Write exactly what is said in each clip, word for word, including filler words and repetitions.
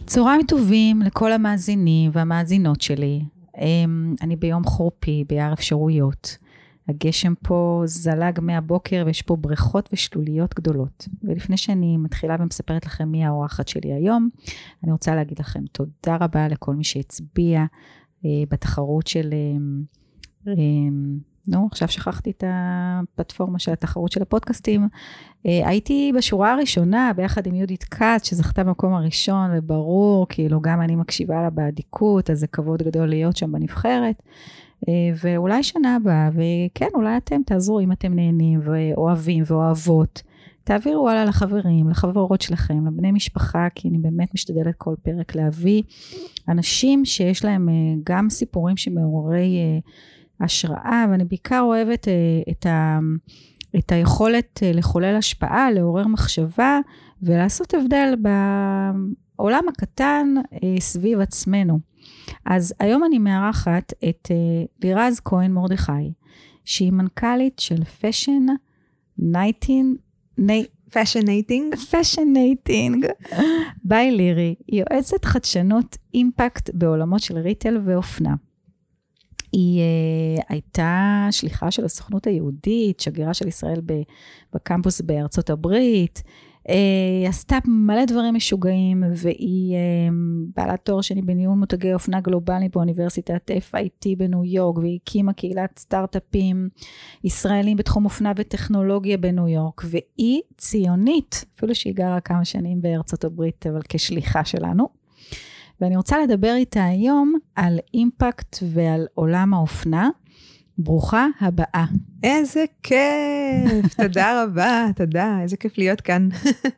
צהריים טובים לכל המאזינים והמאזינות שלי. אני ביום חורפי, ביער אפשרויות. הגשם פה זלג מהבוקר ויש פה בריכות ושלוליות גדולות. ולפני שאני מתחילה ומספרת לכם מי האורחת שלי היום, אני רוצה להגיד לכם תודה רבה לכל מי שהצביע בתחרות של... נו, עכשיו שכחתי את הפלטפורמה של התחרות של הפודקאסטים. הייתי בשורה הראשונה ביחד עם יהודית קאט, שזכתה במקום הראשון, וברור, כאילו גם אני מקשיבה לה בעדיקות, אז זה כבוד גדול להיות שם בנבחרת. ואולי שנה הבאה, וכן, אולי אתם תעזרו אם אתם נהנים ואוהבים ואוהבות. תעבירו הלאה לחברים, לחברות שלכם, לבני משפחה, כי אני באמת משתדלת כל פרק להביא אנשים שיש להם גם סיפורים שמעוררי השראה, ואני בעיקר אוהבת את, ה, את היכולת לחולל השפעה, לעורר מחשבה, ולעשות הבדל בעולם הקטן סביב עצמנו. אז היום אני מארחת את לירז כהן מרדכי, שהיא מנכ"לית של פשן נייטין, פשנייטינג, פשנייטינג, ביי לירי, היא יועצת חדשנות אימפקט בעולמות של ריטל ואופנה. היא uh, הייתה שליחה של הסוכנות היהודית, שגרירה של ישראל בקמפוס בארצות הברית, uh, היא עשתה מלא דברים משוגעים, והיא uh, בעלת תואר שני בניהול מותגי אופנה גלובלי באוניברסיטת אף איי טי בניו יורק, והיא הקימה קהילת סטארט-אפים ישראלים בתחום אופנה וטכנולוגיה בניו יורק, והיא ציונית, אפילו שהיא גרה כמה שנים בארצות הברית, אבל כשליחה שלנו. ואני רוצה לדבר איתה היום על אימפקט ועל עולם האופנה. ברוכה הבאה. איזה כיף, תודה רבה, תודה, איזה כיף להיות כאן.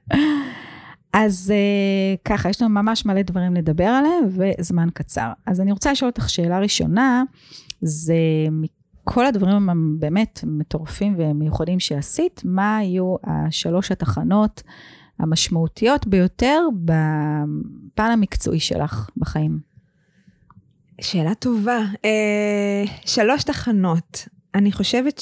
אז ככה, יש לנו ממש מלא דברים לדבר עליהם, וזמן קצר. אז אני רוצה לשאול אותך שאלה ראשונה, זה מכל הדברים הבאמת מטורפים ומיוחדים שעשית, מה היו השלוש התחנות המשמעותיות ביותר בפן המקצועי שלך בחיים? שאלה טובה. אה, שלוש תחנות. אני חושבת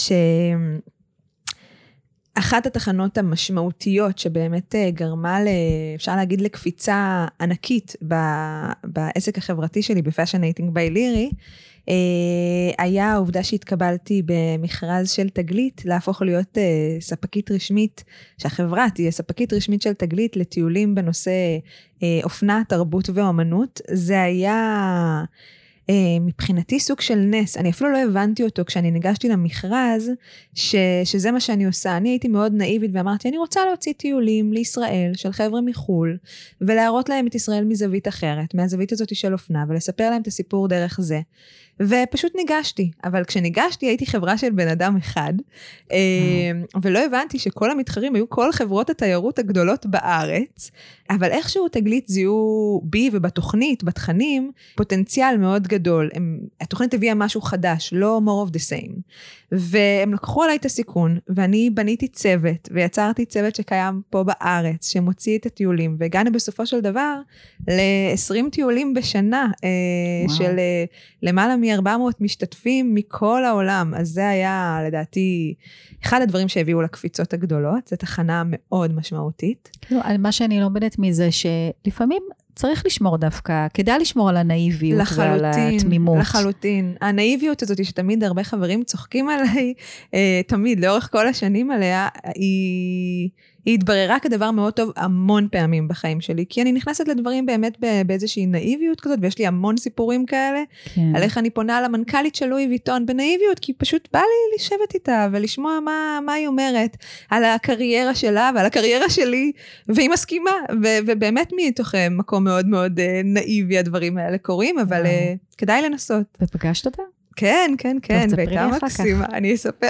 שאחת התחנות המשמעותיות שבאמת גרמה, אפשר להגיד, לקפיצה ענקית בעסק החברתי שלי, בפשנייטינג ביי לירי, היה העובדה שהתקבלתי במכרז של תגלית, להפוך להיות ספקית רשמית, שהחברה תהיה ספקית רשמית של תגלית, לטיולים בנושא אופנה, תרבות ואומנות. זה היה מבחינתי סוג של נס, אני אפילו לא הבנתי אותו כשאני ניגשתי למכרז, ש, שזה מה שאני עושה. אני הייתי מאוד נאיבית ואמרתי, אני רוצה להוציא טיולים לישראל של חבר'ה מחול, ולהראות להם את ישראל מזווית אחרת, מהזווית הזאת של אופנה, ולספר להם את הסיפור דרך זה. ופשוט ניגשתי, אבל כשניגשתי הייתי חברה של בן אדם אחד, ולא הבנתי שכל המתחרים היו כל חברות התיירות הגדולות בארץ, אבל איכשהו תגלית זיהו בי ובתוכנית, בתכנים, פוטנציאל מאוד גדול. התוכנית הביאה משהו חדש, לא more of the same. והם לקחו עליי את הסיכון, ואני בניתי צוות, ויצרתי צוות שקיים פה בארץ, שמוציא את הטיולים, והגענו בסופו של דבר ל-עשרים טיולים בשנה, וואו. של למעלה מ-ארבע מאות משתתפים מכל העולם. אז זה היה, לדעתי, אחד הדברים שהביאו לקפיצות הגדולות. זו תחנה מאוד משמעותית. מה שאני לומדת מזה, שלפעמים צריך לשמור דווקא, כדאי לשמור על הנאיביות ועל התמימות. לחלוטין. הנאיביות הזאת, שתמיד הרבה חברים צוחקים עליי, תמיד, לאורך כל השנים עליה, היא... היא התבררה כדבר מאוד טוב המון פעמים בחיים שלי, כי אני נכנסת לדברים באמת באיזושהי נאיביות כזאת, ויש לי המון סיפורים כאלה, כן. על איך אני פונה למנכ"לית של לואי ויטון בנאיביות, כי פשוט בא לי לשבת איתה, ולשמוע מה, מה היא אומרת, על הקריירה שלה, ועל הקריירה שלי, והיא מסכימה, ו- ובאמת מתוך מקום מאוד מאוד נאיבי, הדברים האלה קורים, אבל uh, כדאי לנסות. ופגשת אותה? כן, כן, כן, והייתה מקסימה, אני אספר.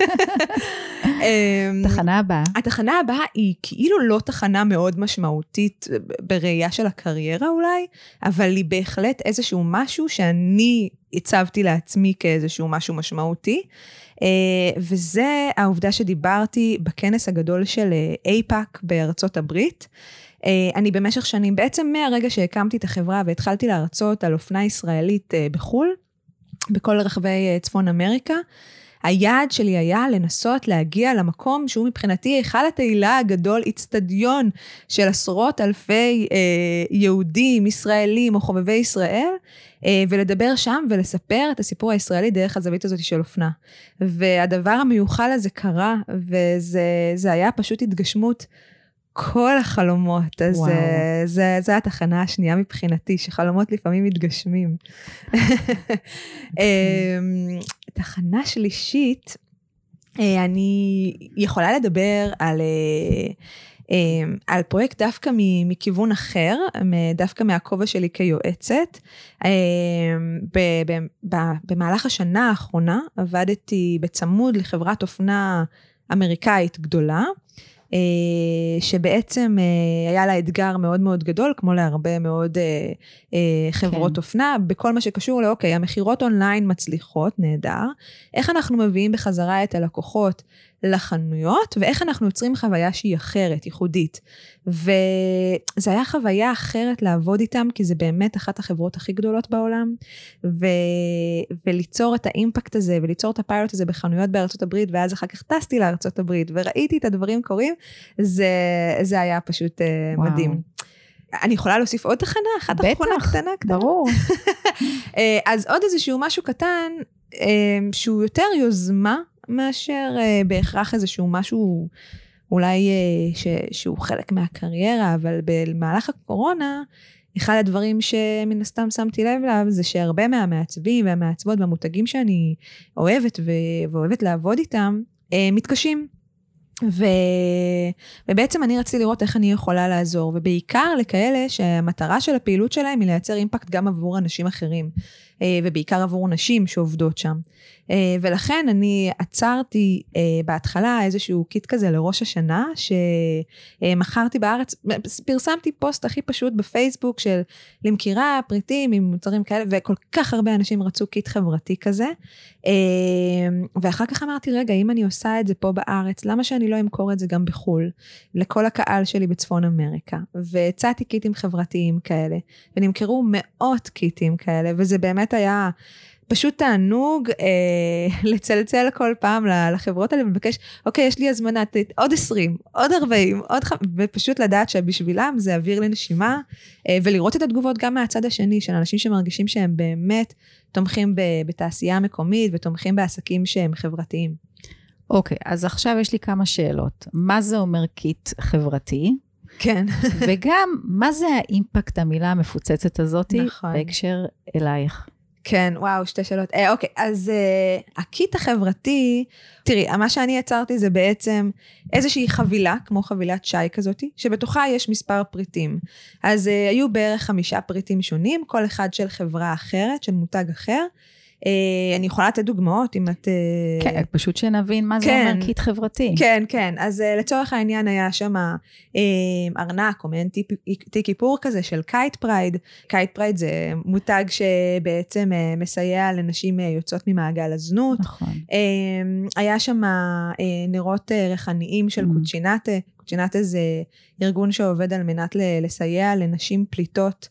תחנה הבאה. התחנה הבאה היא כאילו לא תחנה מאוד משמעותית בראייה של הקריירה אולי, אבל היא בהחלט איזשהו משהו שאני הצבתי לעצמי כאיזשהו משהו משמעותי, וזה העובדה שדיברתי בכנס הגדול של אייפאק בארצות הברית. אני במשך שנים, בעצם מהרגע שהקמתי את החברה והתחלתי להרצות על אופנה ישראלית בחול, בכל רחבי צפון אמריקה, היעד שלי היה לנסות להגיע למקום שהוא מבחינתי היכל התהילה הגדול, אצטדיון של עשרות אלפי אה, יהודים, ישראלים או חובבי ישראל, אה, ולדבר שם ולספר את הסיפור הישראלי דרך הזווית הזאת של אופנה. והדבר המיוחל הזה קרה, וזה זה היה פשוט התגשמות כל החלומות. אז זה, זה, זה התחנה השנייה מבחינתי, שחלומות לפעמים מתגשמים. תחנה שלישית, אני יכולה לדבר על, על פרויקט דווקא מכיוון אחר, דווקא מהכובע שלי כיועצת. במהלך השנה האחרונה עבדתי בצמוד לחברת אופנה אמריקאית גדולה, שבעצם היה לה אתגר מאוד מאוד גדול, כמו להרבה מאוד חברות אופנה, בכל מה שקשור לאוקיי, המחירות אונליין מצליחות, נהדר, איך אנחנו מביאים בחזרה את הלקוחות לחנויות, ואיך אנחנו יוצרים חוויה שהיא אחרת, ייחודית. וזה היה חוויה אחרת לעבוד איתם, כי זה באמת אחת החברות הכי גדולות בעולם, ו... וליצור את האימפקט הזה, וליצור את הפיילוט הזה בחנויות בארצות הברית, ואז אחר כך טסתי לארצות הברית, וראיתי את הדברים קורים, זה, זה היה פשוט וואו. מדהים. אני יכולה להוסיף עוד תחנה, אחת אחרונה קטנה, קטנה. ברור. אז עוד איזשהו משהו קטן, שהוא יותר יוזמה, מאשר uh, בהכרח איזשהו משהו, אולי uh, ש, שהוא חלק מהקריירה, אבל במהלך הקורונה, אחד הדברים שמן הסתם שמתי לב אליו, זה שהרבה מהמעצבים והמעצבות והמותגים שאני אוהבת ו- ואוהבת לעבוד איתם, uh, מתקשים. ו... ובעצם אני רציתי לראות איך אני יכולה לעזור, ובעיקר לכאלה שהמטרה של הפעילות שלהם היא לייצר אימפקט גם עבור אנשים אחרים, ובעיקר עבור נשים שעובדות שם. ולכן אני עצרתי בהתחלה איזשהו קיט כזה לראש השנה, שמכרתי בארץ, פרסמתי פוסט הכי פשוט בפייסבוק של למכירה פריטים עם מוצרים כאלה, וכל כך הרבה אנשים רצו קיט חברתי כזה, ואחר כך אמרתי, רגע, אם אני עושה את זה פה בארץ, למה שאני לא אמכור את זה גם בחול, לכל הקהל שלי בצפון אמריקה, והצעתי קיטים חברתיים כאלה, ונמכרו מאות קיטים כאלה, וזה באמת היה פשוט תענוג אה, לצלצל כל פעם לחברות האלה, ובקש, אוקיי, יש לי הזמנה, עוד עשרים, עוד ארבעים, עוד חמש, ופשוט לדעת שבשבילם זה אוויר לנשימה, אה, ולראות את התגובות גם מהצד השני, של אנשים שמרגישים שהם באמת תומכים בתעשייה המקומית, ותומכים בעסקים שהם חברתיים. אוקיי, אז עכשיו יש לי כמה שאלות. מה זה אומר קיט חברתי? כן. וגם, מה זה האימפקט, המילה המפוצצת הזאת, נכון. בהקשר אלייך? כן, וואו, שתי שאלות. אה, אוקיי, אז אה, הקיט החברתי, תראי, מה שאני יצרתי זה בעצם איזושהי חבילה, כמו חבילת שי כזאת, שבתוכה יש מספר פריטים. אז אה, היו בערך חמישה פריטים שונים, כל אחד של חברה אחרת, של מותג אחר. אה, אני יכולה לתת דוגמאות אם את... אה... כן, פשוט שנבין מה כן, זה אומר קיט חברתי. כן, כן. אז אה, לצורך העניין היה שם אה, ארנק, או מעין תיק איפור כזה של קייט פרייד. קייט פרייד זה מותג שבעצם אה, מסייע לנשים אה, יוצאות ממעגל הזנות. נכון. אה, היה שם אה, נרות אה, ריחניים של mm. קוצ'ינטה. קוצ'ינטה זה ארגון שעובד על מנת לסייע לנשים פליטות,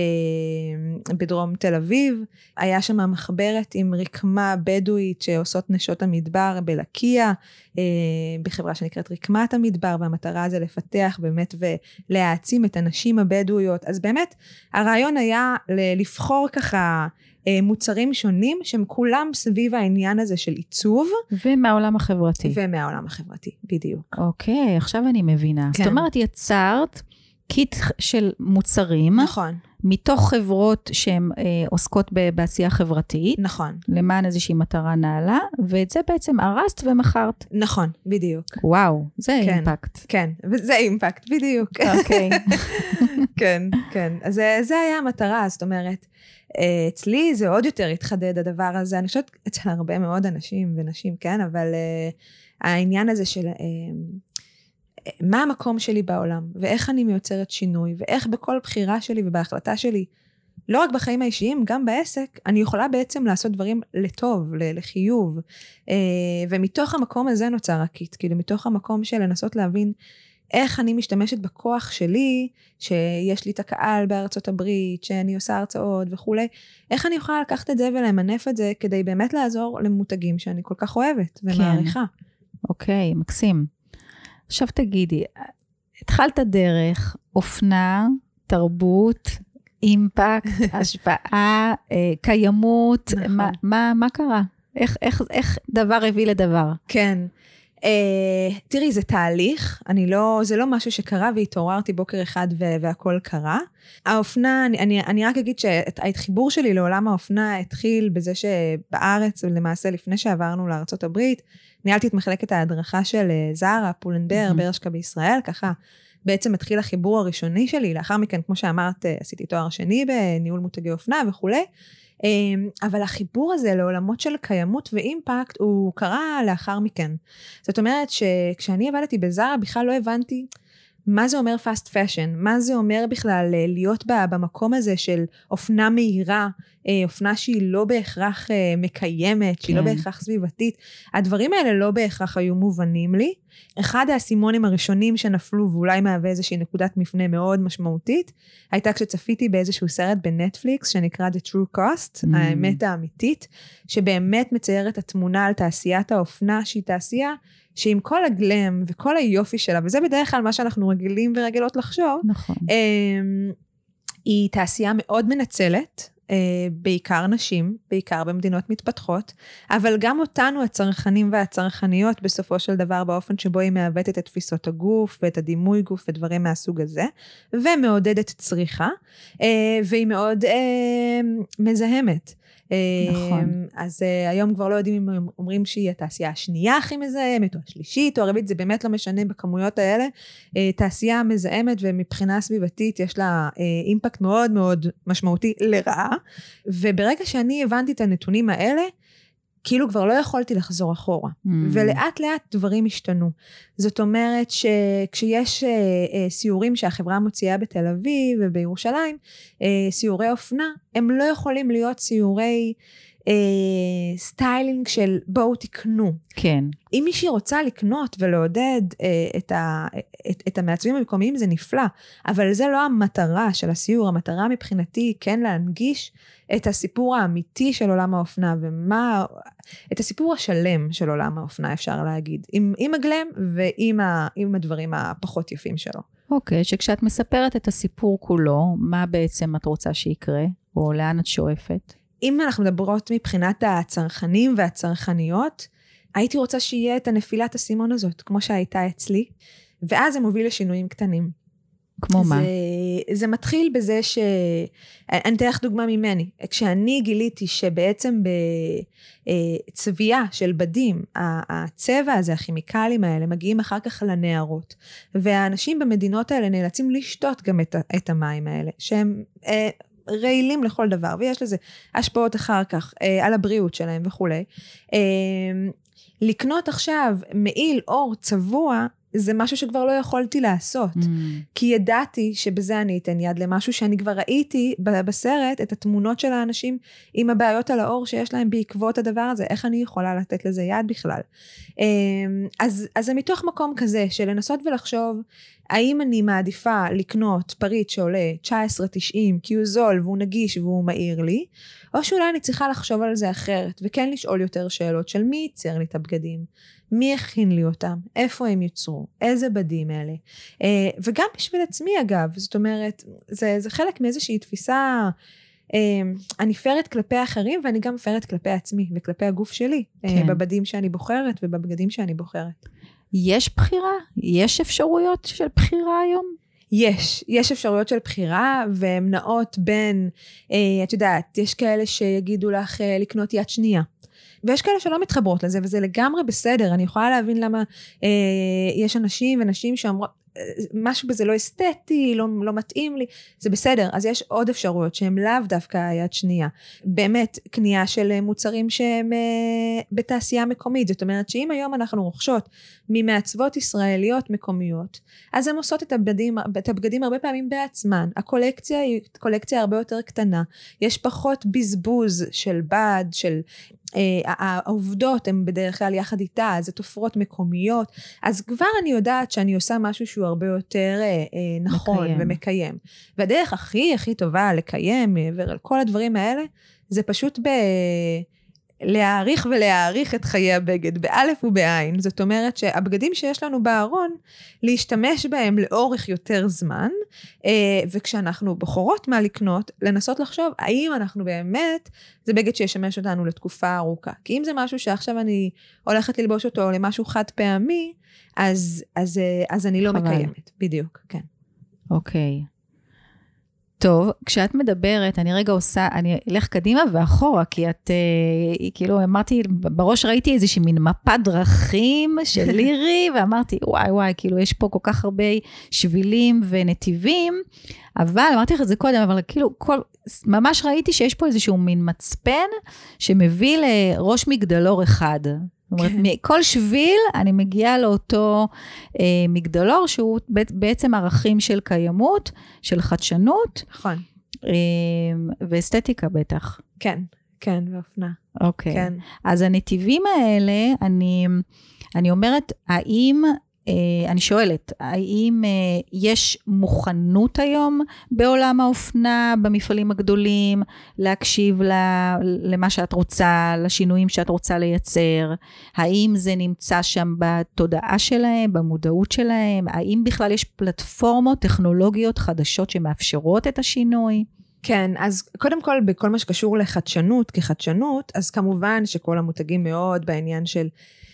בדרום תל אביב. היה שם מחברת עם רקמה בדואית שעושות נשות המדבר בלקיה, בחברה שנקראת רקמת המדבר, והמטרה זה לפתח באמת ולהעצים את הנשים הבדואיות. אז באמת הרעיון היה לבחור ככה מוצרים שונים שהם כולם סביב העניין הזה של עיצוב. ומהעולם החברתי. ומהעולם החברתי, בדיוק. אוקיי, עכשיו אני מבינה. כן. זאת אומרת, יצרת קיט של מוצרים. נכון. מתוך חברות שהן אה, עוסקות בעשייה חברתית. נכון. למען איזושהי מטרה נעלה, ואת זה בעצם הרסת ומחרת. נכון, בדיוק. וואו, זה כן, אימפקט. כן, וזה אימפקט, בדיוק. אוקיי. כן, כן. אז זה היה המטרה, זאת אומרת, אצלי זה עוד יותר התחדד הדבר הזה, אני חושבת אצל הרבה מאוד אנשים ונשים, כן, אבל העניין הזה של... מה המקום שלי בעולם, ואיך אני מיוצרת שינוי, ואיך בכל בחירה שלי ובהחלטה שלי, לא רק בחיים האישיים, גם בעסק, אני יכולה בעצם לעשות דברים לטוב, לחיוב, ומתוך המקום הזה נוצר הקיט, כאילו מתוך המקום של לנסות להבין איך אני משתמשת בכוח שלי, שיש לי את הקהל בארצות הברית, שאני עושה הרצאות וכולי, איך אני יכולה לקחת את זה ולמנף את זה, כדי באמת לעזור למותגים שאני כל כך אוהבת ומעריכה. אוקיי, מקסים. עכשיו תגידי, התחלת דרך, אופנה, תרבות, אימפקט, השפעה, קיימות, נכון. מה, מה, מה קרה? איך, איך, איך דבר הביא לדבר? כן. Uh, תראי, זה תהליך, אני לא, זה לא משהו שקרה והתעוררתי בוקר אחד והכל קרה. האופנה, אני, אני, אני רק אגיד שהחיבור שלי לעולם האופנה התחיל בזה שבארץ, למעשה לפני שעברנו לארצות הברית, ניהלתי את מחלקת ההדרכה של זרה, פולנבר, mm-hmm. ברשקה בישראל, ככה בעצם התחיל החיבור הראשוני שלי, לאחר מכן, כמו שאמרת, עשיתי תואר שני בניהול מותגי אופנה וכולי, אבל החיבור הזה לעולמות של קיימות ואימפקט הוא קרה לאחר מכן. זאת אומרת שכשאני עבדתי בזרה בכלל לא הבנתי מה זה אומר fast fashion, מה זה אומר בכלל להיות במקום הזה של אופנה מהירה, אופנה שהיא לא בהכרח מקיימת, שהיא כן. לא בהכרח סביבתית. הדברים האלה לא בהכרח היו מובנים לי. אחד האסימונים הראשונים שנפלו, ואולי מהווה איזושהי נקודת מפנה מאוד משמעותית, הייתה כשצפיתי באיזשהו סרט בנטפליקס, שנקרא The True Cost, mm. האמת האמיתית, שבאמת מצייר את התמונה על תעשיית האופנה, שהיא תעשייה, שעם כל הגלם וכל היופי שלה, וזה בדרך כלל מה שאנחנו רגילים ורגילות לחשוב, נכון. היא תעשייה מאוד מנצלת, בעיקר נשים, בעיקר במדינות מתפתחות, אבל גם אותנו הצרכנים והצרכניות בסופו של דבר באופן שבו היא מעוותת את תפיסות הגוף ואת הדימוי גוף ודברים מהסוג הזה, ומעודדת צריכה, והיא מאוד מזהמת. נכון. אז היום כבר לא יודעים אם אומרים שהיא התעשייה השנייה הכי מזהמת, או השלישית, או הרביעית, זה באמת לא משנה בכמויות האלה. תעשייה מזהמת ומבחינה סביבתית יש לה אימפקט מאוד מאוד משמעותי לרעה, וברגע שאני הבנתי את הנתונים האלה, כאילו כבר לא יכולתי לחזור אחורה, mm. ולאט לאט דברים השתנו. זאת אומרת שכשיש אה, אה, סיורים שהחברה מוציאה בתל אביב ובירושלים, אה, סיורי אופנה, הם לא יכולים להיות סיורי אה, סטיילינג של בואו תקנו. כן. אם מישהי רוצה לקנות ולעודד אה, את, ה, את, את המעצבים המקומיים, זה נפלא, אבל זה לא המטרה של הסיור. המטרה מבחינתי כן להנגיש את הסיפור האמיתי של עולם האופנה, ומה, את הסיפור השלם של עולם האופנה, אפשר להגיד, עם, עם הגלם ועם ה, עם הדברים הפחות יפים שלו. אוקיי, שכשאת מספרת את הסיפור כולו, מה בעצם את רוצה שיקרה, או לאן את שואפת? אם אנחנו מדברות מבחינת הצרכנים והצרכניות, הייתי רוצה שיהיה את הנפילת הסימון הזאת, כמו שהייתה אצלי, ואז זה מוביל לשינויים קטנים. כמו זה, מה? זה מתחיל בזה ש... אני אתן לך דוגמה ממני. כשאני גיליתי שבעצם בצביעה של בדים, הצבע הזה, הכימיקלים האלה, מגיעים אחר כך לנערות, והאנשים במדינות האלה נאלצים לשתות גם את, את המים האלה, שהם... רעילים לכל דבר, ויש לזה השפעות אחר כך אה, על הבריאות שלהם וכולי. אה, לקנות עכשיו מעיל אור צבוע, זה משהו שכבר לא יכולתי לעשות, mm. כי ידעתי שבזה אני אתן יד למשהו שאני כבר ראיתי בסרט, את התמונות של האנשים עם הבעיות על האור שיש להם בעקבות הדבר הזה, איך אני יכולה לתת לזה יד בכלל. אז, אז זה מתוך מקום כזה, של לנסות ולחשוב, האם אני מעדיפה לקנות פריט שעולה תשע עשרה תשעים, כי הוא זול והוא נגיש והוא מהיר לי, או שאולי אני צריכה לחשוב על זה אחרת, וכן לשאול יותר שאלות של מי ייצר לי את הבגדים, מי הכין לי אותם, איפה הם יוצרו, איזה בדים אלה, וגם בשביל עצמי אגב, זאת אומרת, זה, זה חלק מאיזושהי תפיסה, אני פרת כלפי אחרים, ואני גם פרת כלפי עצמי, וכלפי הגוף שלי, כן. בבדים שאני בוחרת, ובבגדים שאני בוחרת. יש בחירה? יש אפשרויות של בחירה היום? יש, יש אפשרויות של בחירה, והן נעות בין, את יודעת, יש כאלה שיגידו לך לקנות יד שנייה, ויש כאלה שלא מתחברות לזה, וזה לגמרי בסדר. אני יכולה להבין למה אה, יש אנשים ונשים שאומרות, משהו בזה לא אסתטי, לא, לא מתאים לי, זה בסדר. אז יש עוד אפשרויות שהן לאו דווקא היד שנייה. באמת, קנייה של מוצרים שהם אה, בתעשייה מקומית. זאת אומרת שאם היום אנחנו רוכשות ממעצבות ישראליות מקומיות, אז הן עושות את הבגדים, את הבגדים הרבה פעמים בעצמן. הקולקציה היא קולקציה הרבה יותר קטנה. יש פחות בזבוז של בד, של העובדות הן בדרך כלל יחד איתה, זה תופרות מקומיות, אז כבר אני יודעת שאני עושה משהו שהוא הרבה יותר נכון מקיים. ומקיים. והדרך הכי הכי טובה לקיים, מעבר על כל הדברים האלה, זה פשוט ב... להעריך ולהעריך את חיי הבגד, באלף ובעין. זאת אומרת שהבגדים שיש לנו בארון, להשתמש בהם לאורך יותר זמן, וכשאנחנו בוחרות מה לקנות, לנסות לחשוב, האם אנחנו באמת, זה בגד שישמש אותנו לתקופה ארוכה. כי אם זה משהו שעכשיו אני הולכת ללבוש אותו למשהו חד פעמי, אז, אז, אז אני לא חבל. מקיימת. בדיוק, כן. אוקיי. טוב, כשאת מדברת, אני רגע עושה, אני אלך קדימה ואחורה, כי את, אה, כאילו, אמרתי, בראש ראיתי איזושהי מין מפת דרכים של לירי, ואמרתי, וואי וואי, כאילו, יש פה כל כך הרבה שבילים ונתיבים, אבל, אמרתי לך את זה קודם, אבל כאילו, כל, ממש ראיתי שיש פה איזשהו מין מצפן, שמביא לראש מגדלור אחד. זאת אומרת, מכל שביל אני מגיעה לאותו אה, מגדלור, שהוא בעצם ערכים של קיימות, של חדשנות. נכון. אה, ואסתטיקה בטח. כן, כן, ואופנה. אוקיי. כן. אז הנתיבים האלה, אני, אני אומרת, האם... אני שואלת, האם יש מוכנות היום בעולם האופנה, במפעלים הגדולים, להקשיב למה שאת רוצה, לשינויים שאת רוצה לייצר? האם זה נמצא שם בתודעה שלהם, במודעות שלהם? האם בכלל יש פלטפורמות טכנולוגיות חדשות שמאפשרות את השינוי? כן, אז קודם כל, בכל מה שקשור לחדשנות, כחדשנות, אז כמובן שכל המותגים מאוד בעניין של...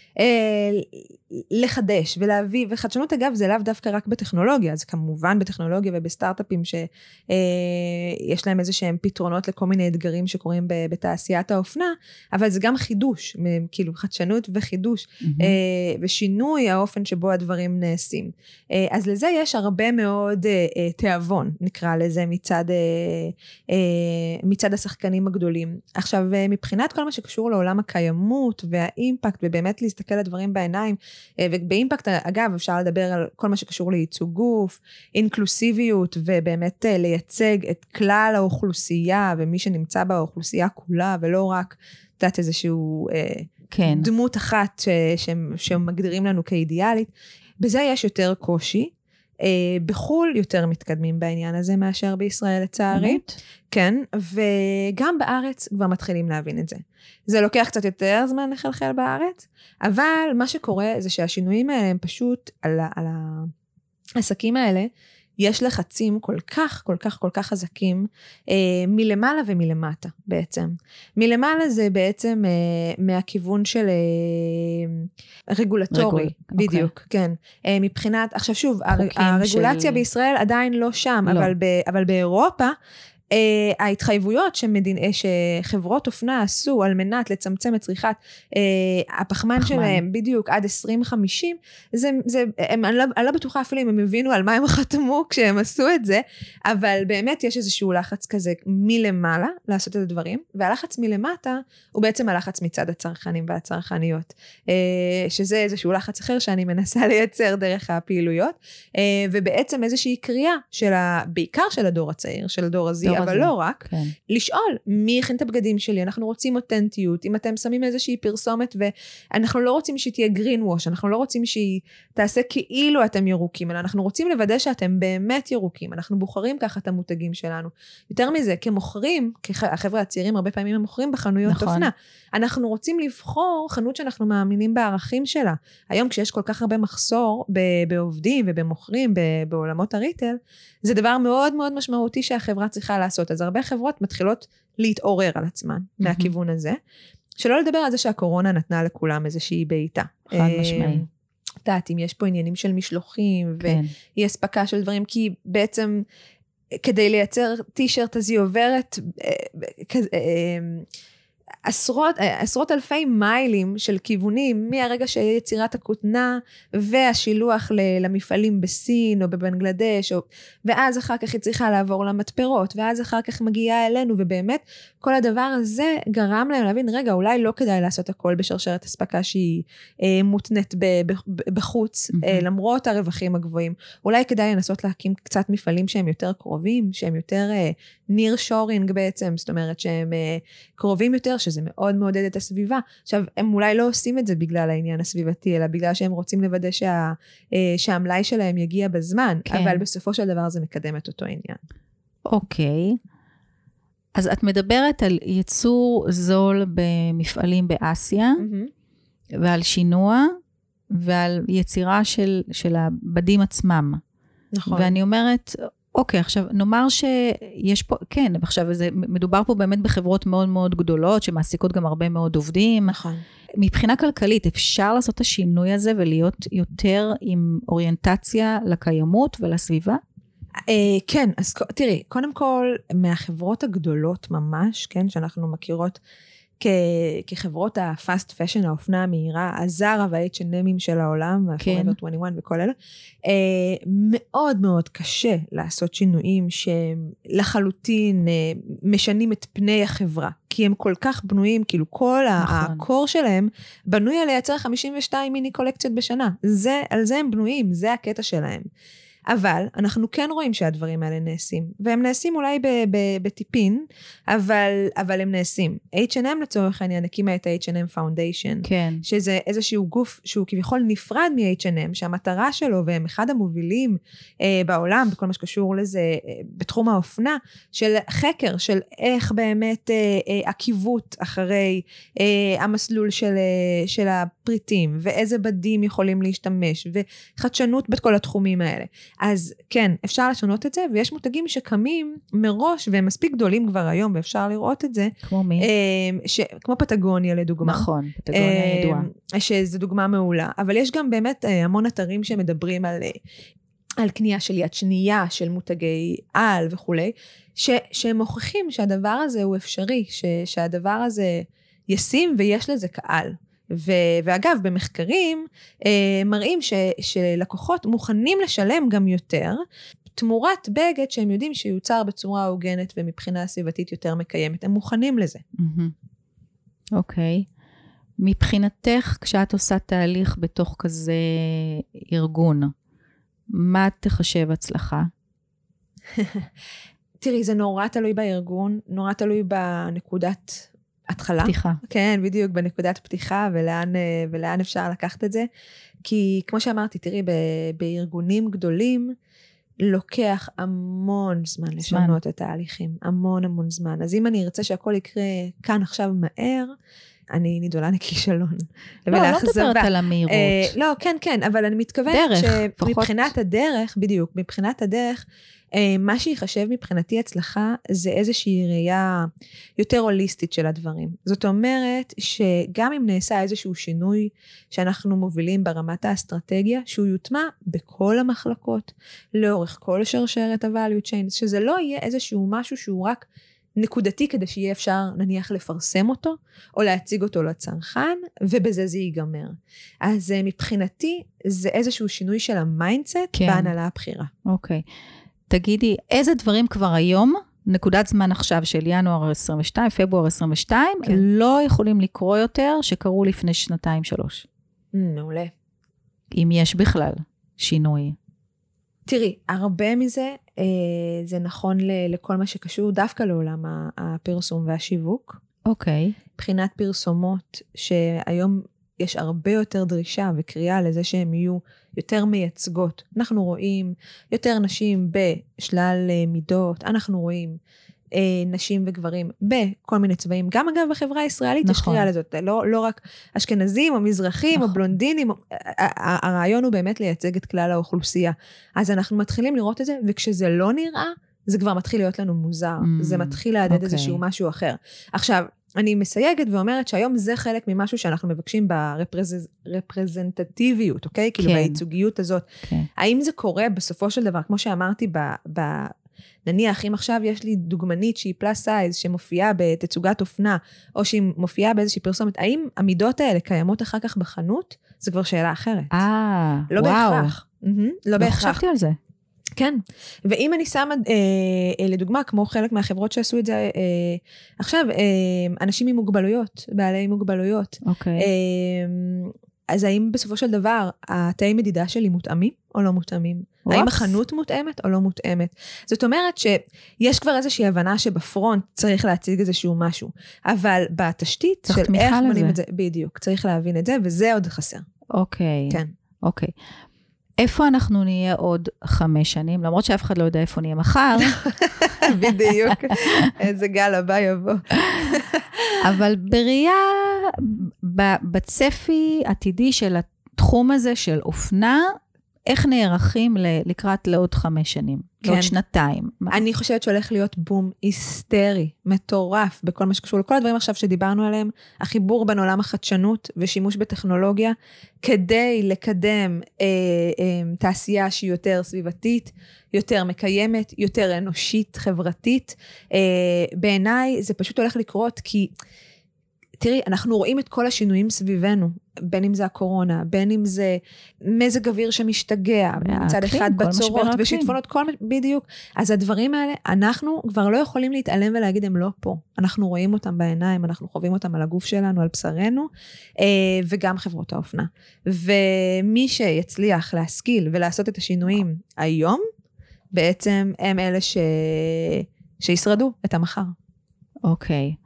לחדש ולהביא, וחדשנות אגב זה לאו דווקא רק בטכנולוגיה, זה כמובן בטכנולוגיה ובסטארט-אפים שיש להם איזה שהם פתרונות לכל מיני אתגרים שקורים בתעשיית האופנה, אבל זה גם חידוש, כאילו חדשנות וחידוש, mm-hmm. ושינוי האופן שבו הדברים נעשים. אז לזה יש הרבה מאוד תיאבון, נקרא לזה, מצד, מצד השחקנים הגדולים. עכשיו, מבחינת כל מה שקשור לעולם הקיימות והאימפקט, ובאמת להסתכל לדברים בעיניים, ובאימפקט, אגב, אפשר לדבר על כל מה שקשור לייצוג גוף, אינקלוסיביות, ובאמת לייצג את כלל האוכלוסייה, ומי שנמצא באוכלוסייה כולה, ולא רק, דעת איזשהו כן. דמות אחת שמגדירים לנו כאידיאלית. בזה יש יותר קושי, בחול יותר מתקדמים בעניין הזה מאשר בישראל לצערי. כן, וגם בארץ כבר מתחילים להבין את זה. זה לוקח קצת יותר זמן לחלחל בארץ, אבל מה שקורה זה שהשינויים האלה הם פשוט על, על העסקים האלה, יש לחצים כל כך, כל כך, כל כך חזקים, אה, מלמעלה ומלמטה בעצם. מלמעלה זה בעצם אה, מהכיוון של אה, רגולטורי, רגול, בדיוק, okay. כן. אה, מבחינת, עכשיו שוב, הר, הרגולציה של... בישראל עדיין לא שם, לא. אבל, ב, אבל באירופה, Uh, ההתחייבויות שמדין, שחברות אופנה עשו על מנת לצמצם את צריכת uh, הפחמן פחמן. שלהם בדיוק עד עשרים חמישים, זה, זה, הם, אני, לא, אני לא בטוחה אפילו אם הם הבינו על מה הם חתמו כשהם עשו את זה, אבל באמת יש איזשהו לחץ כזה מלמעלה לעשות את הדברים, והלחץ מלמטה הוא בעצם הלחץ מצד הצרכנים והצרכניות, uh, שזה איזשהו לחץ אחר שאני מנסה לייצר דרך הפעילויות, uh, ובעצם איזושהי קריאה של ה, בעיקר של הדור הצעיר, של הדור הזי, אבל לא רק, כן. לשאול מי הכין את הבגדים שלי, אנחנו רוצים אותנטיות, אם אתם שמים איזושהי פרסומת, ואנחנו לא רוצים שהיא תהיה green wash, אנחנו לא רוצים שהיא תעשה כאילו אתם ירוקים, אלא אנחנו רוצים לוודא שאתם באמת ירוקים, אנחנו בוחרים ככה את המותגים שלנו. יותר מזה, כמוכרים, החבר'ה הצעירים הרבה פעמים הם מוכרים בחנויות נכון. אופנה, אנחנו רוצים לבחור חנות שאנחנו מאמינים בערכים שלה. היום כשיש כל כך הרבה מחסור בעובדים ובמוכרים בעולמות הריטל, זה דבר מאוד מאוד משמעותי שהחברה צריכה לעשות. אז הרבה חברות מתחילות להתעורר על עצמן mm-hmm. מהכיוון הזה. שלא לדבר על זה שהקורונה נתנה לכולם איזושהי בעיטה. חד משמעי. יודעת, אם יש פה עניינים של משלוחים, כן. ואי הספקה של דברים, כי בעצם כדי לייצר טישרט אז היא עוברת כזה... עשרות, עשרות אלפי מיילים של כיוונים, מהרגע שיצירת הכותנה והשילוח למפעלים בסין או בבנגלדש, או, ואז אחר כך היא צריכה לעבור למטפרות, ואז אחר כך מגיעה אלינו, ובאמת כל הדבר הזה גרם להם להבין, רגע, אולי לא כדאי לעשות הכל בשרשרת הספקה שהיא אה, מותנית ב, ב, בחוץ, mm-hmm. אה, למרות הרווחים הגבוהים. אולי כדאי לנסות להקים קצת מפעלים שהם יותר קרובים, שהם יותר אה, ניר שורינג בעצם, זאת אומרת שהם אה, קרובים יותר יותר, שזה מאוד מעודד את הסביבה. עכשיו, הם אולי לא עושים את זה בגלל העניין הסביבתי, אלא בגלל שהם רוצים לוודא שה, שהמלאי שלהם יגיע בזמן, כן. אבל בסופו של דבר זה מקדם את אותו עניין. אוקיי. אז את מדברת על ייצור זול במפעלים באסיה, mm-hmm. ועל שינוע, ועל יצירה של, של הבדים עצמם. נכון. ואני אומרת, אוקיי, עכשיו נאמר שיש פה, כן, עכשיו זה, מדובר פה באמת בחברות מאוד מאוד גדולות, שמעסיקות גם הרבה מאוד עובדים. נכון. מבחינה כלכלית, אפשר לעשות את השינוי הזה, ולהיות יותר עם אוריינטציה לקיימות ולסביבה? כן, אז תראי, קודם כל, מהחברות הגדולות ממש, כן, שאנחנו מכירות, כחברות הפאסט פשן, האופנה המהירה, הזרה וה-אייץ' אנד אם של העולם, כן. ה-פוראבר עשרים ואחת וכל אלה, מאוד מאוד קשה לעשות שינויים שלחלוטין משנים את פני החברה, כי הם כל כך בנויים, כאילו כל נכון. הקור שלהם בנוי על לייצר חמישים ושתיים מיני קולקציות בשנה, זה, על זה הם בנויים, זה הקטע שלהם. אבל אנחנו כן רואים שהדברים האלה נעשים, והם נעשים אולי בטיפין, אבל, אבל הם נעשים. אייץ' אנד אם לצורך העניין, הקימה את ה-אייץ' אנד אם Foundation, כן. שזה איזשהו גוף שהוא כביכול נפרד מ-אייץ' אנד אם, שהמטרה שלו, והם אחד המובילים אה, בעולם, בכל מה שקשור לזה, אה, בתחום האופנה, של חקר, של איך באמת אה, אה, עקיבות אחרי אה, המסלול של, אה, של הפריטים, ואיזה בדים יכולים להשתמש, וחדשנות בכל התחומים האלה. אז כן, אפשר לשנות את זה, ויש מותגים שקמים מראש, והם מספיק גדולים כבר היום, ואפשר לראות את זה. כמו מי? ש... כמו פטגוניה לדוגמה. נכון, פטגוניה ידועה. שזו דוגמה מעולה. אבל יש גם באמת המון אתרים שמדברים על, על קנייה של יד שנייה, של מותגי על וכולי, ש... שהם מוכיחים שהדבר הזה הוא אפשרי, ש... שהדבר הזה ישים ויש לזה קהל. ו- ואגב, במחקרים אה, מראים ש- שלקוחות מוכנים לשלם גם יותר, תמורת בגד שהם יודעים שיוצר בצורה הוגנת ומבחינה סביבתית יותר מקיימת. הם מוכנים לזה. אוקיי. מבחינתך, כשאת עושה תהליך בתוך כזה ארגון, מה תחשב הצלחה? תראי, זה נורא תלוי בארגון, נורא תלוי בנקודת התחלה. פתיחה. כן, בדיוק, בנקודת פתיחה, ולאן, ולאן אפשר לקחת את זה. כי כמו שאמרתי, תראי, ב, בארגונים גדולים, לוקח המון זמן, זמן לשנות את התהליכים. המון המון זמן. אז אם אני ארצה שהכל יקרה כאן עכשיו מהר, אני נידולה לכישלון. לא, לא מדברת על המהירות. אה, לא, כן, כן, אבל אני מתכוונת שמבחינת הדרך, בדיוק, מבחינת הדרך, מה שיחשב מבחינתי הצלחה, זה איזושהי ראייה יותר הוליסטית של הדברים. זאת אומרת, שגם אם נעשה איזשהו שינוי, שאנחנו מובילים ברמת האסטרטגיה, שהוא יוטמע בכל המחלקות, לאורך כל שרשרת ה-value chain, שזה לא יהיה איזשהו משהו שהוא רק נקודתי, כדי שיהיה אפשר נניח לפרסם אותו, או להציג אותו לצרכן, ובזה זה ייגמר. אז מבחינתי, זה איזשהו שינוי של המיינדסט, כן. בהנהלה הבחירה. אוקיי. תגידי, איזה דברים כבר היום, נקודת זמן עכשיו של ינואר עשרים ושתיים, פברואר עשרים ושתיים, כן. לא יכולים לקרוא יותר שקרו לפני שנתיים שלוש? מעולה. אם יש בכלל שינוי. תראי, הרבה מזה, אה, זה נכון ל- לכל מה שקשור דווקא לעולם הפרסום והשיווק. אוקיי. מבחינת פרסומות, שהיום יש הרבה יותר דרישה וקריאה לזה שהן יהיו יותר מייצגות. אנחנו רואים יותר נשים בשלל מידות, אנחנו רואים אה, נשים וגברים בכל מיני צבעים, גם אגב בחברה הישראלית נכון. יש קריאה לזאת, לא, לא רק אשכנזים או מזרחים נכון. או בלונדינים, הרעיון הוא באמת לייצג את כלל האוכלוסייה. אז אנחנו מתחילים לראות את זה, וכשזה לא נראה, זה כבר מתחיל להיות לנו מוזר, mm, זה מתחיל להדד okay. איזשהו משהו אחר. עכשיו, אני מסייגת ואומרת שהיום זה חלק ממשהו שאנחנו מבקשים ברפרזנטטיביות, אוקיי? כאילו בייצוגיות הזאת. האם זה קורה בסופו של דבר, כמו שאמרתי, נניח, אם עכשיו יש לי דוגמנית שהיא פלאס סייז, שמופיעה בתצוגת אופנה, או שהיא מופיעה באיזושהי פרסומת, האם המידות האלה קיימות אחר כך בחנות? זו כבר שאלה אחרת. אה, לא בהכרח. לא בהכרח. לא חשבתי על זה. כן, ואם אני שמה, אה, אה, לדוגמה, כמו חלק מהחברות שעשו את זה, אה, עכשיו, אה, אנשים עם מוגבלויות, בעלי מוגבלויות, אוקיי. אה, אז האם בסופו של דבר, התאי מדידה שלי מותאמים או לא מותאמים? וואפס. האם החנות מותאמת או לא מותאמת? זאת אומרת שיש כבר איזושהי הבנה שבפרונט צריך להציג איזשהו משהו, אבל בתשתית של איך מונים את זה, בדיוק, צריך להבין את זה, וזה עוד חסר. אוקיי. כן. אוקיי. איפה אנחנו נהיה עוד חמש שנים? למרות שאף אחד לא יודע איפה נהיה מחר. בדיוק. איזה גל הבא יבוא. אבל בראייה, בצפי עתידי של התחום הזה של אופנה, איך נערכים לקראת לעוד חמש שנים? כן. לעוד שנתיים? אני חושבת שהולך להיות בום היסטרי, מטורף, בכל מה שקשור לכל הדברים עכשיו שדיברנו עליהם, החיבור בין עולם החדשנות ושימוש בטכנולוגיה, כדי לקדם אה, אה, תעשייה שהיא יותר סביבתית, יותר מקיימת, יותר אנושית, חברתית. אה, בעיניי זה פשוט הולך לקרות, כי תראי, אנחנו רואים את כל השינויים סביבנו, בין אם זה הקורונה, בין אם זה מזג אוויר שמשתגע, מצד אחד בצורות ושיטפונות, כל בדיוק. אז הדברים האלה, אנחנו כבר לא יכולים להתעלם ולהגיד, הם לא פה. אנחנו רואים אותם בעיניים, אנחנו חווים אותם על הגוף שלנו, על בשרנו, וגם חברות האופנה. ומי שיצליח להשכיל ולעשות את השינויים היום, בעצם הם אלה ש... שישרדו את המחר. אוקיי.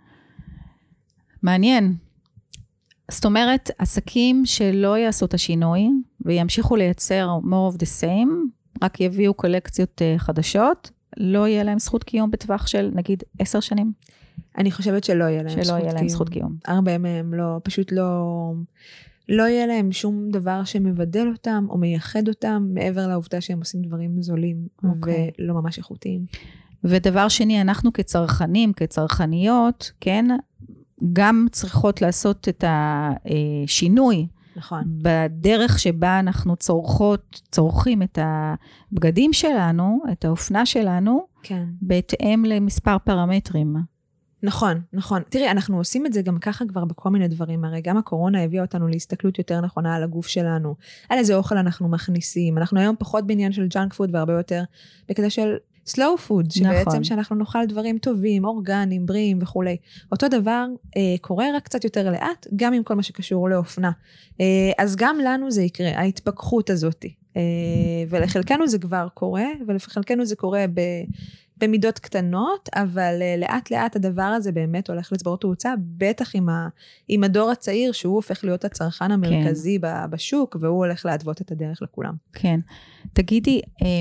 מעניין. זאת אומרת, עסקים שלא יעשו את השינוי, וימשיכו לייצר more of the same, רק יביאו קולקציות חדשות, לא יהיה להם זכות קיום בטווח של, נגיד, עשר שנים? אני חושבת שלא יהיה להם, שלא זכות, יהיה להם קיום. זכות קיום. הרבה מהם לא, פשוט לא, לא יהיה להם שום דבר שמבדל אותם, או מייחד אותם, מעבר לעובדה שהם עושים דברים זולים, okay. ולא ממש איכותיים. ודבר שני, אנחנו כצרכנים, כצרכניות, כן, גם צריכות לעשות את השינוי, נכון. בדרך שבה אנחנו צורכות, צורכים את הבגדים שלנו, את האופנה שלנו, כן. בהתאם למספר פרמטרים. נכון, נכון. תראי, אנחנו עושים את זה גם ככה כבר בכל מיני דברים, הרי גם הקורונה הביאה אותנו להסתכלות יותר נכונה על הגוף שלנו, על איזה אוכל אנחנו מכניסים, אנחנו היום פחות בעניין של ג'אנק פוד, והרבה יותר בקטע של slow food, שבעצם נכון. שאנחנו נאכל דברים טובים, אורגניים, בריאים וכו'. אותו דבר אה, קורה רק קצת יותר לאט, גם עם כל מה שקשור לאופנה. אה, אז גם לנו זה יקרה, ההתפכחות הזאת. אה, ולחלקנו זה כבר קורה, ולחלקנו זה קורה ב, במידות קטנות, אבל אה, לאט לאט הדבר הזה באמת הולך לצבור תאוצה, בטח עם, ה, עם הדור הצעיר, שהוא הופך להיות הצרכן המרכזי כן. בשוק, והוא הולך להדוות את הדרך לכולם. כן. תגידי, אה,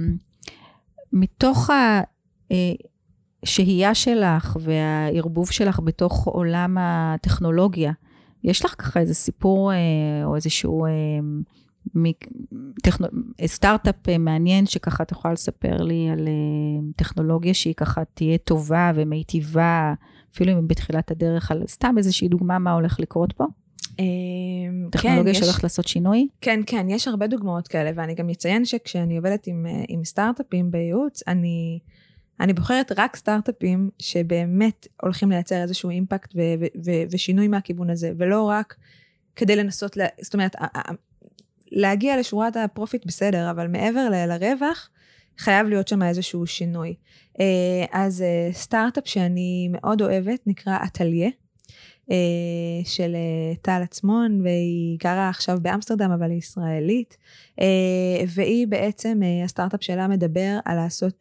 מתוך השהייה שלך והערבוב שלך בתוך עולם הטכנולוגיה, יש לך ככה איזה סיפור או איזשהו סטארט-אפ מעניין שככה את יכולה לספר לי על טכנולוגיה שהיא ככה תהיה טובה ומיטיבה, אפילו אם בתחילת הדרך, על סתם איזושהי דוגמה מה הולך לקרות פה? טכנולוגיה שהולכת לעשות שינוי? כן, כן, יש הרבה דוגמאות כאלה, ואני גם אציין שכשאני עובדת עם, עם סטארט-אפים בייעוץ, אני, אני בוחרת רק סטארט-אפים שבאמת הולכים לייצר איזשהו אימפקט ו, ו, ו, ושינוי מהכיוון הזה, ולא רק כדי לנסות, לה, זאת אומרת, להגיע לשורת הפרופיט בסדר, אבל מעבר ל, לרווח, חייב להיות שם איזשהו שינוי. אז סטארט-אפ שאני מאוד אוהבת, נקרא אטליה, של טל עצמון, והיא גרה עכשיו באמסטרדם, אבל היא ישראלית, והיא בעצם, הסטארט-אפ שלה מדבר על לעשות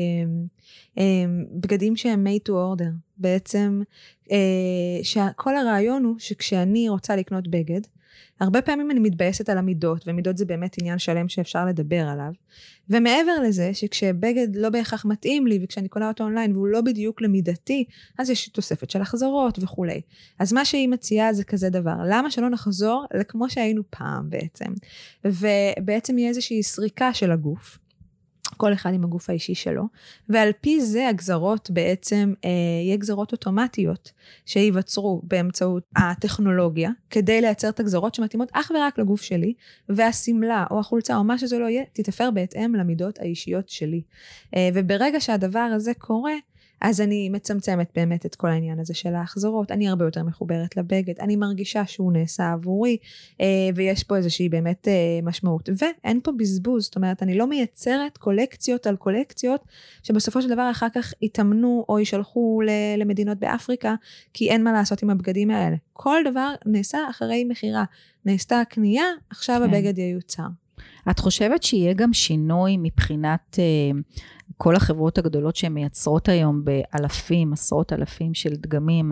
בגדים שהם made to order, בעצם שכל הרעיון הוא שכשאני רוצה לקנות בגד, הרבה פעמים אני מתבייסת על המידות, ומידות זה באמת עניין שלם שאפשר לדבר עליו, ומעבר לזה שכשבגד לא בהכרח מתאים לי, וכשאני קונה אותו אונליין והוא לא בדיוק למידתי, אז יש תוספת של החזרות וכו'. אז מה שהיא מציעה זה כזה דבר, למה שלא נחזור לכמו שהיינו פעם בעצם, ובעצם יהיה איזושהי סריקה של הגוף, כל אחד עם הגוף האישי שלו, ועל פי זה הגזרות בעצם, אה, יהיה גזרות אוטומטיות, שיווצרו באמצעות הטכנולוגיה, כדי לייצר את הגזרות שמתאימות אך ורק לגוף שלי, והסמלה או החולצה או מה שזה לא יהיה, תתפר בהתאם למידות האישיות שלי. אה, וברגע שהדבר הזה קורה, אז אני מצמצמת באמת את כל העניין הזה של ההחזרות, אני הרבה יותר מחוברת לבגד, אני מרגישה שהוא נעשה עבורי, ויש פה איזושהי באמת משמעות, ואין פה בזבוז, זאת אומרת, אני לא מייצרת קולקציות על קולקציות, שבסופו של דבר אחר כך יתאמנו או ישלחו למדינות באפריקה, כי אין מה לעשות עם הבגדים האלה. כל דבר נעשה אחרי מחירה, נעשתה הקנייה, עכשיו כן. הבגד ייוצר. את חושבת שיהיה גם שינוי מבחינת uh, כל החברות הגדולות שהן מייצרות היום באלפים, עשרות אלפים של דגמים,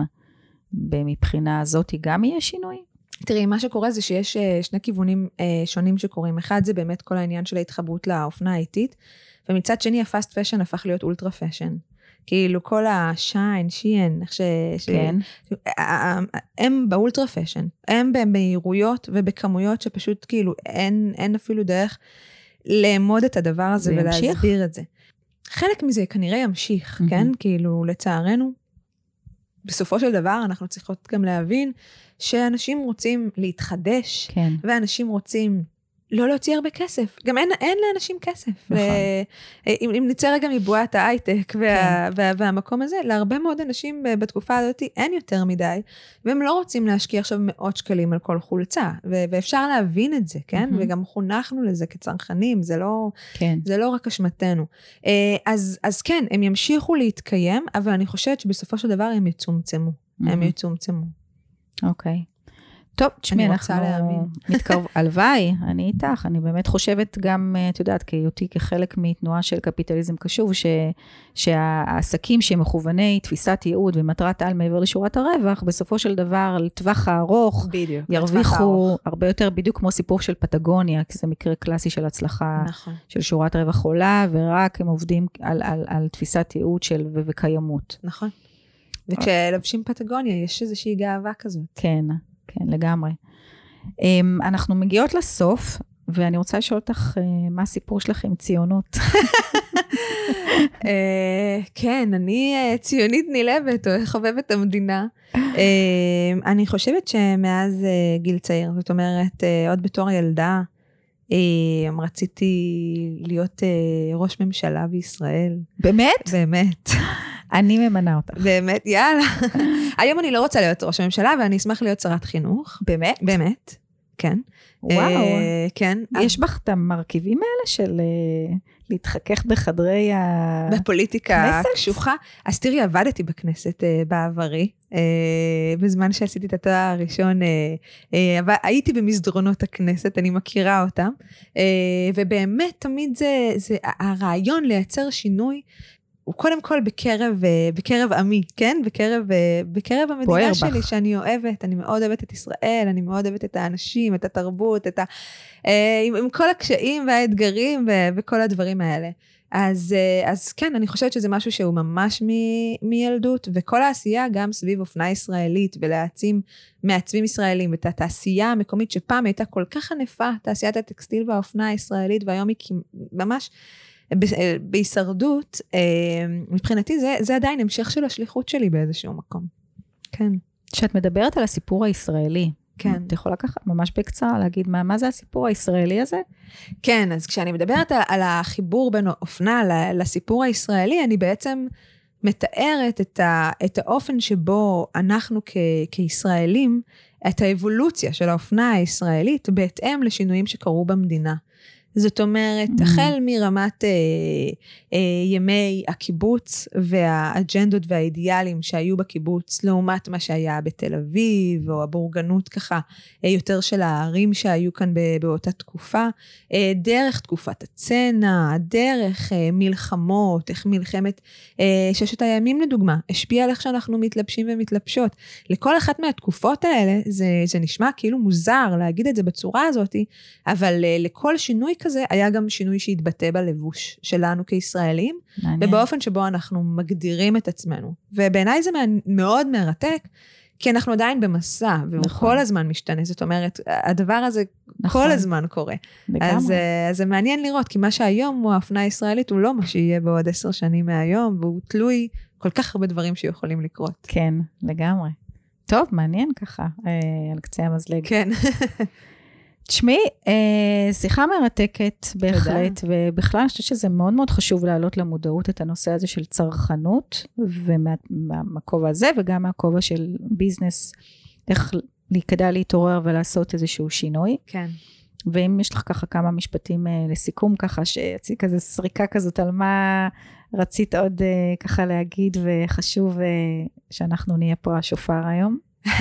מבחינה הזאת גם יהיה שינוי? תראי, מה שקורה זה שיש שני כיוונים uh, שונים שקורים. אחד זה באמת כל העניין של ההתחברות לאופנה האיטית, ומצד שני הפאסט פשן הפך להיות אולטרה פשן. כאילו כל השיין, שיין, איך ש... כן. ש... הם באולטרה פשן, הם במהירויות ובכמויות שפשוט כאילו אין, אין אפילו דרך לאמוד את הדבר הזה ולהסביר את זה. חלק מזה כנראה ימשיך, mm-hmm. כן? כאילו לצערנו, בסופו של דבר אנחנו צריכות גם להבין שאנשים רוצים להתחדש, כן. ואנשים רוצים... לא להוציא הרבה כסף. גם אין, אין לאנשים כסף. נכון. ל... אם, אם נצא רגע מבועת ההייטק וה, כן. וה, והמקום הזה, להרבה מאוד אנשים בתקופה הזאת אין יותר מדי, והם לא רוצים להשקיע עכשיו מאות שקלים על כל חולצה, ו, ואפשר להבין את זה, כן? Mm-hmm. וגם חונכנו לזה כצרכנים, זה לא, כן. זה לא רק אשמתנו. אז, אז כן, הם ימשיכו להתקיים, אבל אני חושבת שבסופו של דבר הם יצומצמו. Mm-hmm. הם יצומצמו. אוקיי. Okay. טוב, תשמעי, אנחנו מתקרב, הלוואי, אני איתך, אני באמת חושבת גם, את יודעת, כהיותי כחלק מתנועה של קפיטליזם קשוב, ש, שהעסקים שמכווני תפיסת ייעוד ומטרת על מעבר לשורת הרווח, בסופו של דבר, לטווח הארוך, בדיוק, ירוויחו הרבה יותר, בדיוק כמו סיפור של פטגוניה, כי זה מקרה קלאסי של הצלחה, נכון. של שורת רווח עולה, ורק הם עובדים על, על, על תפיסת ייעוד של וקיימות. נכון. וכשלבשים פטגוניה, יש איזושהי גאווה כזאת. כן. כן, לגמרי. אנחנו מגיעות לסוף, ואני רוצה לשאול אותך, מה הסיפור שלך עם ציונות? כן, אני ציונית נלהבת, או חובבת המדינה. אני חושבת שמאז גיל צעיר, זאת אומרת, עוד בתור ילדה, רציתי להיות ראש ממשלה בישראל. באמת? באמת. אני ממנה אותך. באמת, יאללה. היום אני לא רוצה להיות ראש הממשלה, ואני אשמח להיות שרת חינוך. באמת? באמת, כן. וואו. כן. יש בך את המרכיבים האלה של להתחכך בחדרי הכנסת? בפוליטיקה קשוחה. אז תראי, עבדתי בכנסת בעברי, בזמן שעשיתי את התואר הראשון, הייתי במסדרונות הכנסת, אני מכירה אותם, ובאמת תמיד זה, זה הרעיון לייצר שינוי, הוא קודם כל בקרב, בקרב עמי, כן? בקרב, בקרב המדינה שלי, שאני אוהבת, אני מאוד אוהבת את ישראל, אני מאוד אוהבת את האנשים, את התרבות, את ה, עם, עם כל הקשיים והאתגרים וכל הדברים האלה. אז, אז כן, אני חושבת שזה משהו שהוא ממש מ, מילדות, וכל העשייה גם סביב אופנה ישראלית, ולהעצים מעצבים ישראלים, ואת התעשייה המקומית שפעם הייתה כל כך ענפה, תעשיית הטקסטיל והאופנה הישראלית, והיום היא ממש... בהישרדות, מבחינתי זה, זה עדיין המשך של השליחות שלי באיזשהו מקום. כן. כשאת מדברת על הסיפור הישראלי, כן. את יכולה ככה ממש בקצרה להגיד מה, מה זה הסיפור הישראלי הזה? כן, אז כשאני מדברת על, על החיבור בין אופנה לסיפור הישראלי, אני בעצם מתארת את, ה, את האופן שבו אנחנו כ, כישראלים, את האבולוציה של האופנה הישראלית, בהתאם לשינויים שקרו במדינה. זאת אומרת, mm-hmm. החל מרמת אה, אה, ימי הקיבוץ והאג'נדות והאידיאלים שהיו בקיבוץ, לעומת מה שהיה בתל אביב, או הבורגנות ככה, אה, יותר של הערים שהיו כאן באותה תקופה, אה, דרך תקופת הצנע, דרך אה, מלחמות, איך מלחמת אה, ששת הימים לדוגמה, השפיע על איך שאנחנו מתלבשים ומתלבשות. לכל אחת מהתקופות האלה, זה, זה נשמע כאילו מוזר להגיד את זה בצורה הזאת, אבל אה, לכל שינוי כזה, היה גם שינוי שהתבטא בלבוש שלנו כישראלים, מעניין. ובאופן שבו אנחנו מגדירים את עצמנו. ובעיניי זה מאוד מרתק, כי אנחנו עדיין במסע, והוא נכון. כל הזמן משתנה. זאת אומרת, הדבר הזה נכון. כל הזמן קורה. אז, אז זה מעניין לראות, כי מה שהיום הוא האופנה הישראלית, הוא לא מה שיהיה בעוד עשר שנים מהיום, והוא תלוי כל כך הרבה דברים שיכולים לקרות. כן, לגמרי. טוב, מעניין ככה, על קצה המזלג. כן. תשמעי, אה, שיחה מרתקת בהחלט, ובכלל אני חושבת שזה מאוד מאוד חשוב להעלות למודעות את הנושא הזה של צרכנות, ומהכובע הזה וגם מהכובע של ביזנס, איך כדאי להתעורר ולעשות איזשהו שינוי. כן. ואם יש לך ככה כמה משפטים אה, לסיכום, ככה שיציא כזה סריקה כזאת על מה רצית עוד אה, ככה להגיד, וחשוב אה, שאנחנו נהיה פה השופר היום.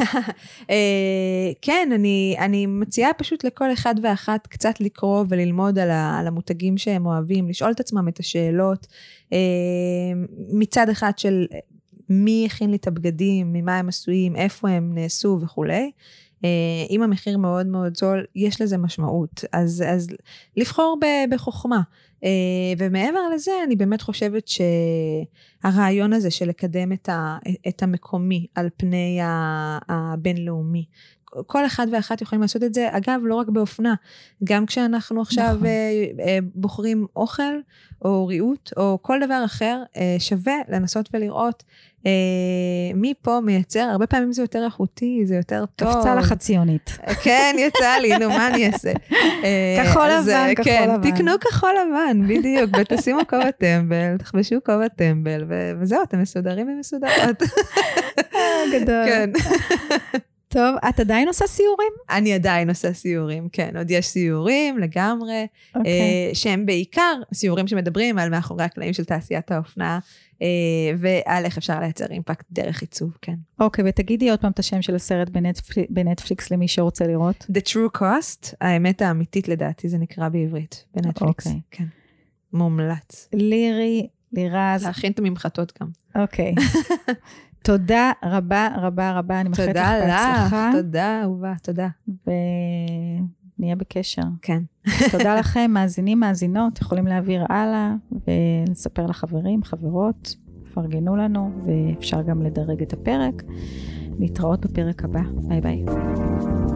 כן, אני, אני מציעה פשוט לכל אחד ואחת קצת לקרוא וללמוד על, ה, על המותגים שהם אוהבים, לשאול את עצמם את השאלות, מצד אחד של מי הכין לי את הבגדים, ממה הם עשויים, איפה הם נעשו וכולי. אם המחיר מאוד מאוד זול, יש לזה משמעות, אז, אז לבחור בחוכמה. ומעבר לזה, אני באמת חושבת שהרעיון הזה של לקדם את, ה, את המקומי על פני הבינלאומי, כל אחד ואחת יכולים לעשות את זה, אגב, לא רק באופנה, גם כשאנחנו עכשיו נכון. בוחרים אוכל, או ריהוט, או כל דבר אחר, שווה לנסות ולראות, מי פה מייצר, הרבה פעמים זה יותר איכותי, זה יותר טוב. קפצה לך הציונית. כן, יצא לי, נו, מה אני אעשה? כחול לבן, כחול לבן. כן, תקנו כחול לבן, בדיוק, ותשימו כובע טמבל, תחבשו כובע טמבל, וזהו, אתם מסודרים ומסודרות. גדול. כן. טוב, את עדיין עושה סיורים? אני עדיין עושה סיורים, כן. עוד יש סיורים לגמרי, okay. אה, שהם בעיקר סיורים שמדברים על מאחורי הקלעים של תעשיית האופנה, אה, ועל איך אפשר לייצר אימפקט דרך עיצוב, כן. אוקיי, okay, ותגידי עוד פעם את השם של הסרט בנטפליק, בנטפליקס למי שרוצה לראות. The True Cost, האמת האמיתית לדעתי, זה נקרא בעברית, בנטפליקס. אוקיי. Okay. כן, מומלץ. לירי, לירז. להכין את הממחטות גם. אוקיי. Okay. תודה רבה, רבה, רבה, אני מאחלת לך בהצלחה. תודה לך, תודה, אהובה, תודה. ונהיה בקשר. כן. תודה לכם, מאזינים, מאזינות, יכולים להעביר הלאה, ולספר לחברים, חברות, פרגנו לנו, ואפשר גם לדרג את הפרק. להתראות בפרק הבא, ביי ביי.